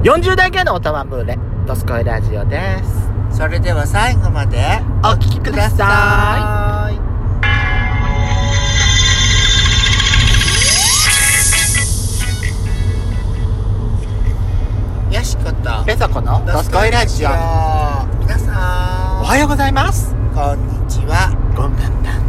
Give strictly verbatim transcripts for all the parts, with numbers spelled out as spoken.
よんじゅう代系のオタマンブーレドスコイラジオです。 それでは最後までお聞きください。よしことペソコのドスコイラジオ、 皆さんおはようございます、 こんにちは、 こんばんは。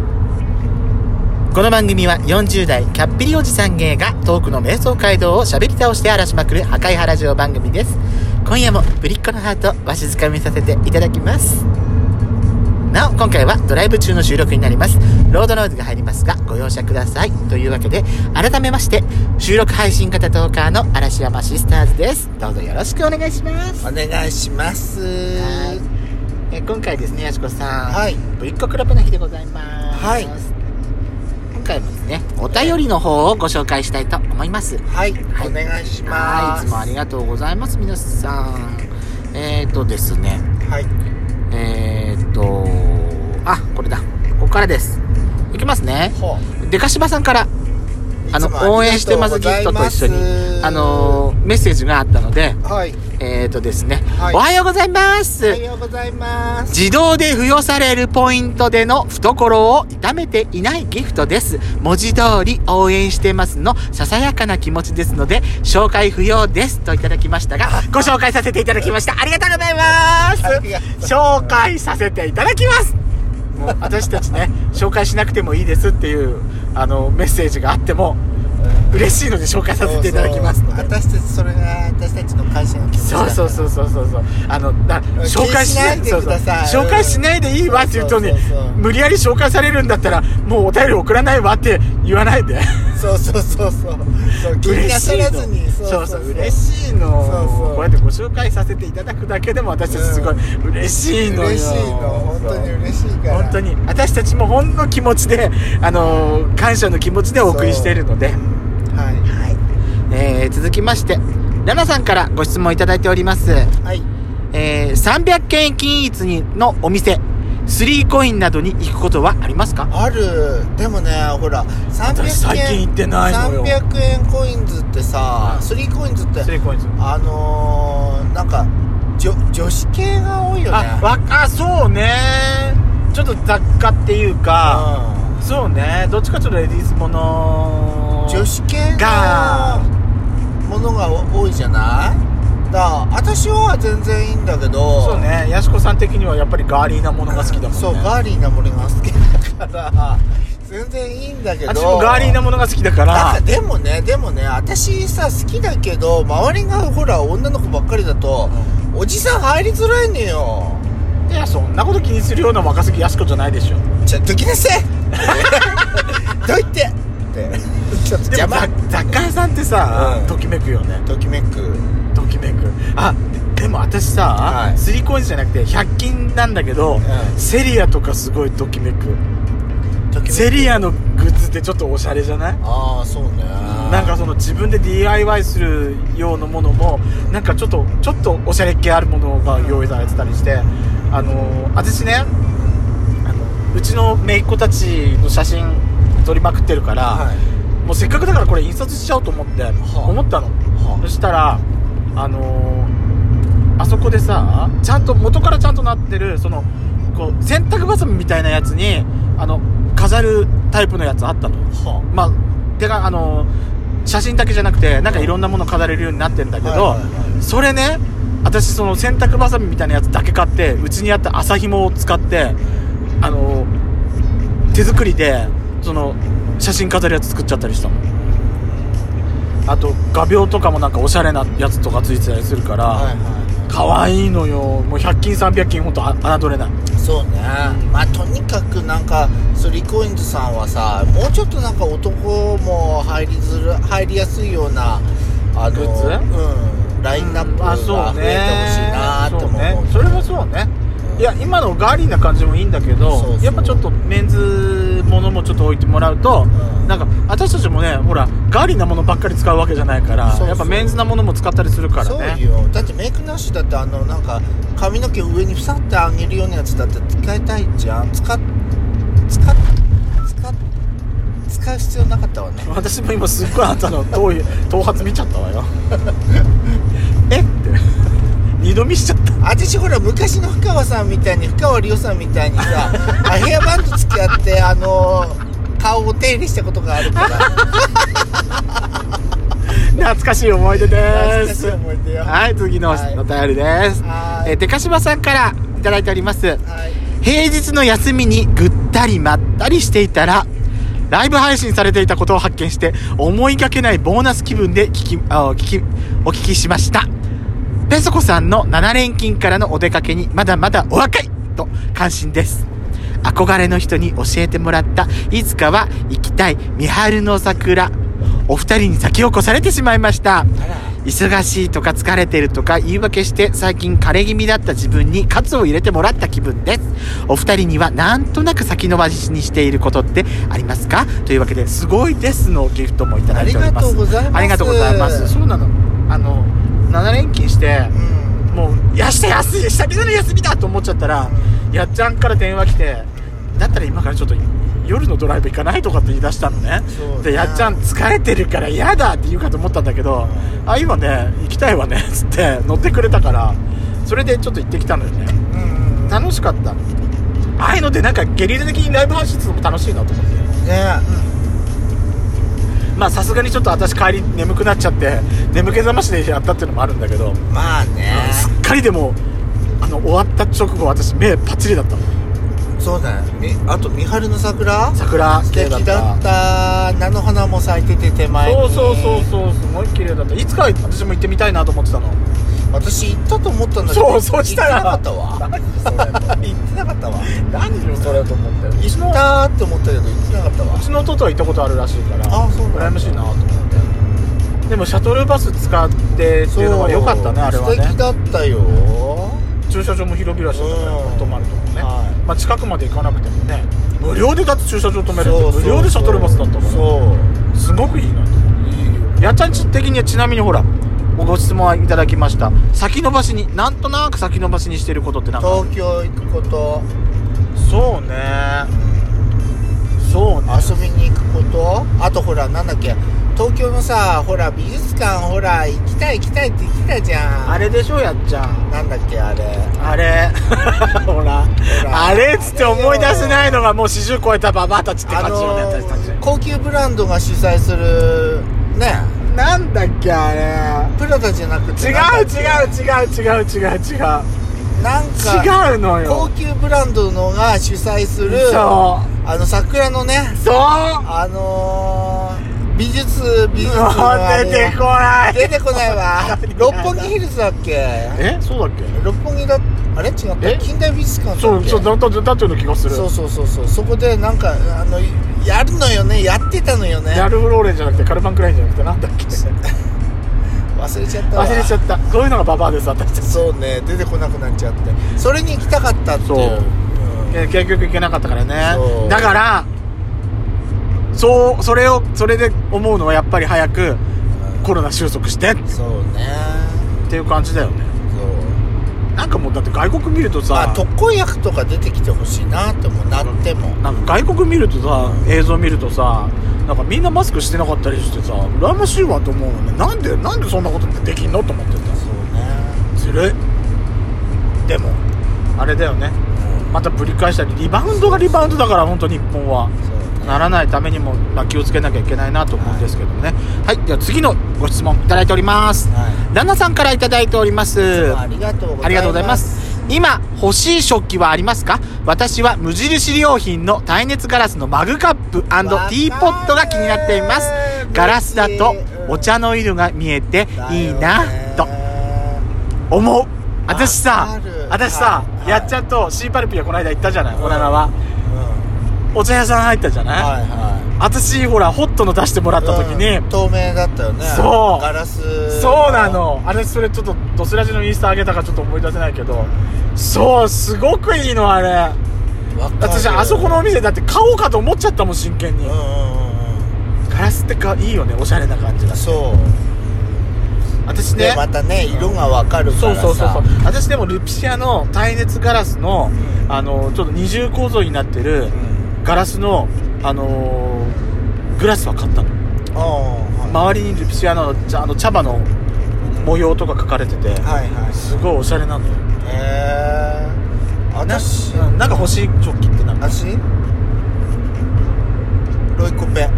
この番組はよんじゅう代キャッピリおじさん芸がトークの瞑想街道を喋り倒して荒らしまくる破壊派ラジオ番組です。今夜もぶりっ子のハートわしづかみさせていただきます。なお今回はドライブ中の収録になります。ロードノイズが入りますがご容赦ください。というわけで改めまして収録配信型トーカーの嵐山シスターズです。どうぞよろしくお願いします。 お願いします。 え今回ですね、やしこさん、 はい、 ぶりっ子クラブの日でございます。 はい、 今回もですね、お便りの方をご紹介したいと思います。 はい、はい、 お願いします。 はい、いつもありがとうございます皆さん。えーとですね、 はい、 えーとあ、これだ、ここからです。いきますね。でかしばさんからあの応援してますギフトと一緒にあのメッセージがあったので、 はい、 えーとですね、 はい、 おはようございます。 おはようございます。 自動で付与されるポイントでの懐を痛めていないギフトです。文字通り応援してますのささやかな気持ちですので紹介不要ですといただきましたが、ご紹介させていただきました。ありがとうございます紹介させていただきます。もう私たちね紹介しなくてもいいですっていうあのメッセージがあっても嬉しいので紹介させていただきますので、 そうそう、私たちそれが私たちの感謝の気持ちだから。 そうそうそうそうそうあのだ紹介しないでください。そうそう紹介しないでいいわって言うとね、無理やり紹介されるんだったらもうお便り送らないわって言わないで。 そうそうそうそう気になさらずに、 そうそう嬉しいの。そうそうこうやってご紹介させていただくだけでも私たちすごい嬉しいのよ。 嬉しいの、本当に嬉しいから。 本当に私たちもほんの気持ちであの感謝の気持ちでお送りしているので、はい、はいえー、続きましてラナさんからご質問いただいております。 はい、 えー、さんびゃくけん均一にのお店スリーコインなどに行くことはありますか？ ある。でもね、ほらさんびゃくえん最近行ってないのよ。 さんびゃくえんコインズってさ、スリーコインズってスリーコインズあのー、なんか女, 女子系が多いよね。 あ、わあ、そうね。ちょっと雑貨っていうか、うん、そうね、どっちかちょっとレディースもの女子系のものが多いじゃない。だ私は全然いいんだけど、 そうね、やしこさん的にはやっぱりガーリーなものが好きだもんね。 そう、ガーリーなものが好きだから全然いいんだけど、 私もガーリーなものが好きだから。 でもねでもね私さ好きだけど周りがほら女の子ばっかりだと、うん、おじさん入りづらいのよ。 いや、そんなこと気にするような若杉やしこじゃないでしょ。 ちょっと来なさいどいてってちょっと邪魔。 雑貨屋さんってさ、うん、ときめくよね。 ときめくときめく。あ、で, でも私さ、はい、スリーコインズじゃなくてひゃく均なんだけど、うん、セリアとかすごいときめく。ときめくセリアのグッズってちょっとおしゃれじゃない？ ああ、そうね。 なんかその自分で ディーアイワイ するようなものもなんかちょっとちょっとおしゃれっ気あるものが用意されてたりして、あのー、私ね、あのうちの姪っ子たちの写真撮りまくってるから、はい、もうせっかくだからこれ印刷しちゃおうと思って、はあ、思ったの、はあ、そしたらあのー、あそこでさちゃんと元からちゃんとなってるそのこう洗濯バサミみたいなやつにあの飾るタイプのやつあったの、はあ、まあでかあのー写真だけじゃなくてなんかいろんなもの飾れるようになってんだけど、はいはいはい、それね私その洗濯バサミみたいなやつだけ買ってうちにあった麻紐を使ってあの手作りでその写真飾るやつ作っちゃったりしたの。あと画鋲とかもなんかおしゃれなやつとかついてたりするから、はいはい、可愛いのよ。もうひゃく均さんびゃく均ほんと侮れない。そうね、 うん、まあとにかくなんかスリーコインズさんはさもうちょっとなんか男も入りづら入りやすいようなあのグッズ、 うん、ラインナップが増えてほしいなって思う、 うん、そ, うね、それはそうね、うん、いや今のガーリーな感じもいいんだけど、そうそうやっぱちょっとメンズものもちょっと置いてもらうと、うん、なんか私たちもねほらガーリーなものばっかり使うわけじゃないからそうそうやっぱメンズなものも使ったりするからね。 そうよ。だってメイクなしだってあのなんか髪の毛上にふさってあげるようなやつだって使いたいじゃん。使っ使っ使っ使う必要なかったわね。 私も今すっごいあんたの頭頭髪見ちゃったわよ飲みしちゃった。 私ほら昔の深川さんみたいに深川りおさんみたいにさあヘアバンド付き合ってあのー、顔を手入れしたことがあるから懐かしい思い出です。 懐かしい思い出よ。 はい、次のお便りです。 はい、 えー、でかしばさんからいただいております。 はい、 平日の休みにぐったりまったりしていたらライブ配信されていたことを発見して思いがけないボーナス気分で聞きあ聞きお聞きしました。ペソコさんのなな連勤からのお出かけにまだまだお若いと感心です。憧れの人に教えてもらったいつかは行きたい三春の桜、お二人に先を越されてしまいました。忙しいとか疲れてるとか言い訳して最近枯れ気味だった自分に喝を入れてもらった気分です。お二人にはなんとなく先延ばしにしていることってありますか？というわけですごいですのギフトもいただいております。 ありがとうございます。 ありがとうございます。そうなの、あのなな連勤して、うん、もうやした休い久々の休みだと思っちゃったら、うん、やっちゃんから電話来て、だったら今からちょっと夜のドライブ行かないとかって言い出したのね。でやっちゃん疲れてるから嫌だって言うかと思ったんだけど、うん、あ今ね行きたいわねっつって乗ってくれたから、それでちょっと行ってきたのよね、うん、楽しかった。ああいうのでなんかゲリラ的にライブ配信するのも楽しいなと思ってね、うん、まあさすがにちょっと私帰り眠くなっちゃって眠気覚ましでやったっていうのもあるんだけど、 まあね、 すっかりでもあの終わった直後私目パッチリだったの。 そうだね。あと三春の桜桜素敵だった。菜の花も咲いてて手前に。 そうそうそうそう、すごい綺麗だった。いつか私も行ってみたいなと思ってたの。 私行ったと思ったんだけど、 そうそうしたら行ってなかったわ。何それ行ってなかったわ。 何よそれと思って行ったーって思ったけど行ってなかったわ。 うちの弟は行ったことあるらしいから、 あそう羨ましいなと思って。でもシャトルバス使ってっていうのは良かったね。あれはね素敵だったよ。 駐車場も広々してたから、泊まるとこね、はい、まあ、近くまで行かなくてもね無料でだって駐車場止めれるって、無料でシャトルバスだったから、そうすごくいいなと思って。やっちゃんち的にはちなみにほらご質問いただきました。先延ばしになんとなく先延ばしにしてることってなんか東京行くこと。 そうね、そうね、 遊びに行くこと。あとほらなんだっけ、東京のさほら美術館ほら行きたい行きたいって言ってたじゃん。 あれでしょやっちゃん。 なんだっけあれあれほらあれっつって思い出せないのがもうよんじゅう超えたババアたちって感じよね、私たち。 高級ブランドが主催するね、 なんだっけあれ、 プラダじゃなくて違う違う違う違う違う違うなんか違うのよ。 高級ブランドのが主催するそうあの桜のね、 そうあのー、美術美術のあれ出てこない出てこないわ六本木ヒルズだっけ。 えそうだっけ。 六本木だあれ違った近代美術館だっけ。 そうそうだっただったような気がする。 そうそうそうそう、そこでなんかあのやるのよね、やってたのよね。 ラルフローレンじゃなくてカルバンクラインじゃなくてなんだっけ忘れちゃったわ。 忘れちゃった。そういうのがババアです私たち。 そうね、出てこなくなっちゃって、それに行きたかったっていう。そう、 うん、結局行けなかったからね。だからそうそれをそれで思うのはやっぱり早くコロナ収束してそうねっていう感じだよね。そうなんかもうだって外国見るとさ、 まあ、特効薬とか出てきてほしいなってもなってもなんか外国見るとさ、うん、映像見るとさなんかみんなマスクしてなかったりしてさ羨ましいわと思うのね。なんでなんでそんなことってできんのと思ってた。そうねずるい。でもあれだよね、うん、またぶり返したりリバウンドがリバウンドだから本当日本はならないためにも、まあ、気をつけなきゃいけないなと思うんですけどね。はい、はい、では次のご質問いただいております、はい、ランナさんからいただいております。 ありがとうございます。 ありがとうございます。今欲しい食器はありますか？私は無印良品の耐熱ガラスのマグカップ&ティーポットが気になっています。ガラスだとお茶の色が見えていいなと思う。私さ私さ、はい、やっちゃんとシーパルピはこの間行ったじゃない、うん、おならは、うん、お茶屋さん入ったじゃない、はいはい、私ほらホットの出してもらった時に、 うん、透明だったよね。 そうガラスそうなの。あれそれちょっとドスラジのインスタ上げたかちょっと思い出せないけど、そうすごくいいのあれ。私あそこのお店だって買おうかと思っちゃったもん真剣に、うんうんうん、ガラスってかいいよね、おしゃれな感じが。そう私ね、 でまたね色がわかるからさ、 そうそうそうそう、私でもルピシアの耐熱ガラスの、うん、あのちょっと二重構造になってるガラスの、あのー、グラスは買ったの。あ、はい、周りにルピシアのあの茶葉の模様とか描かれてて、 はいはい、 すごいおしゃれなのよ。 へえ。私な、なんか欲しい食器ってなんか私ロイコペ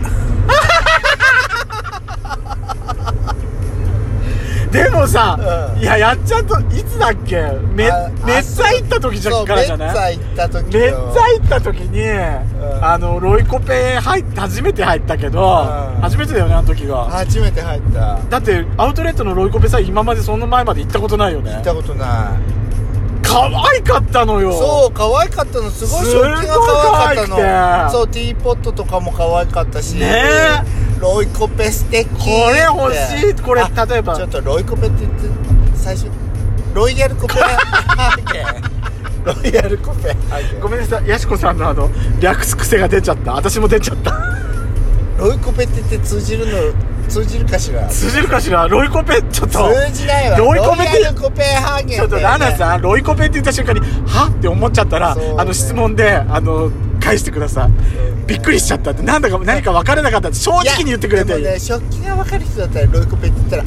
でもさ、 うん、 いややっちゃうといつだっけ、めあめっちゃ行った時じゃからじゃない？ めっちゃ行った時めっちゃ行った時に、 うん、 あのロイコペ入って初めて入ったけど、うん、初めてだよねあの時が。 初めて入った。 だってアウトレットのロイコペさ今までその前まで行ったことないよね。 行ったことない。 可愛かったのよ。 そう可愛かったの。すごい食器が可愛かったの。そうティーポットとかも可愛かったしねえ、 ロイコペ素敵。これ欲しい。これ例えばちょっとロイコペって言って最初ロイヤルコペロイヤルコペごめんなさい、やしこさんのあの略す癖が出ちゃった。私も出ちゃったロイコペって言って通じるの通じるかしら。 通じるかしら。ロイコペちょっと通じないわ。 ロイコペってロイヤルコペハーゲン、ね、 ちょっとラナさんロイコペって言った瞬間にはって思っちゃったら、ね、あの質問であの返してください、ね、びっくりしちゃったって。なんだか何か分からなかったって正直に言ってくれていい。 でもね、食器が分かる人だったらロイコペって言ったら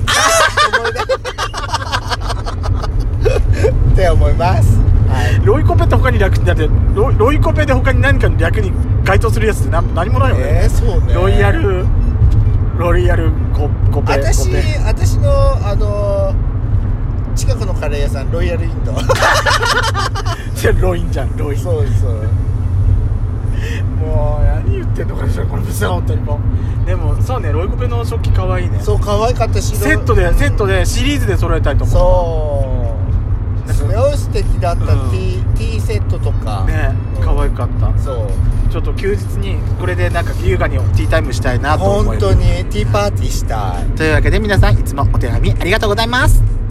あーって思い出って思います、はい、 ロイコペって他に略だってロイ、ロイコペで他に何かの略に該当するやつって 何, 何もないよね。 えー、そうね。 ロイヤルロイヤルココペ。 私コペ私のあのー、近くのカレー屋さんロイヤルインドロインじゃんロイン。 そうそうもう何言ってんのかしらこれ別に本当にもう。でもそうね、ロイコペの食器可愛いね。 そう可愛かったしセットでセットでシリーズで揃えたいと思う。 そうすごい素敵だった、うん、T, T セットとかね、 可愛かった、うん、そうちょっと休日にこれでなんか優雅にティータイムしたいなと思います。 本当にティーパーティーしたい。 というわけで皆さんいつもお手紙ありがとうございます。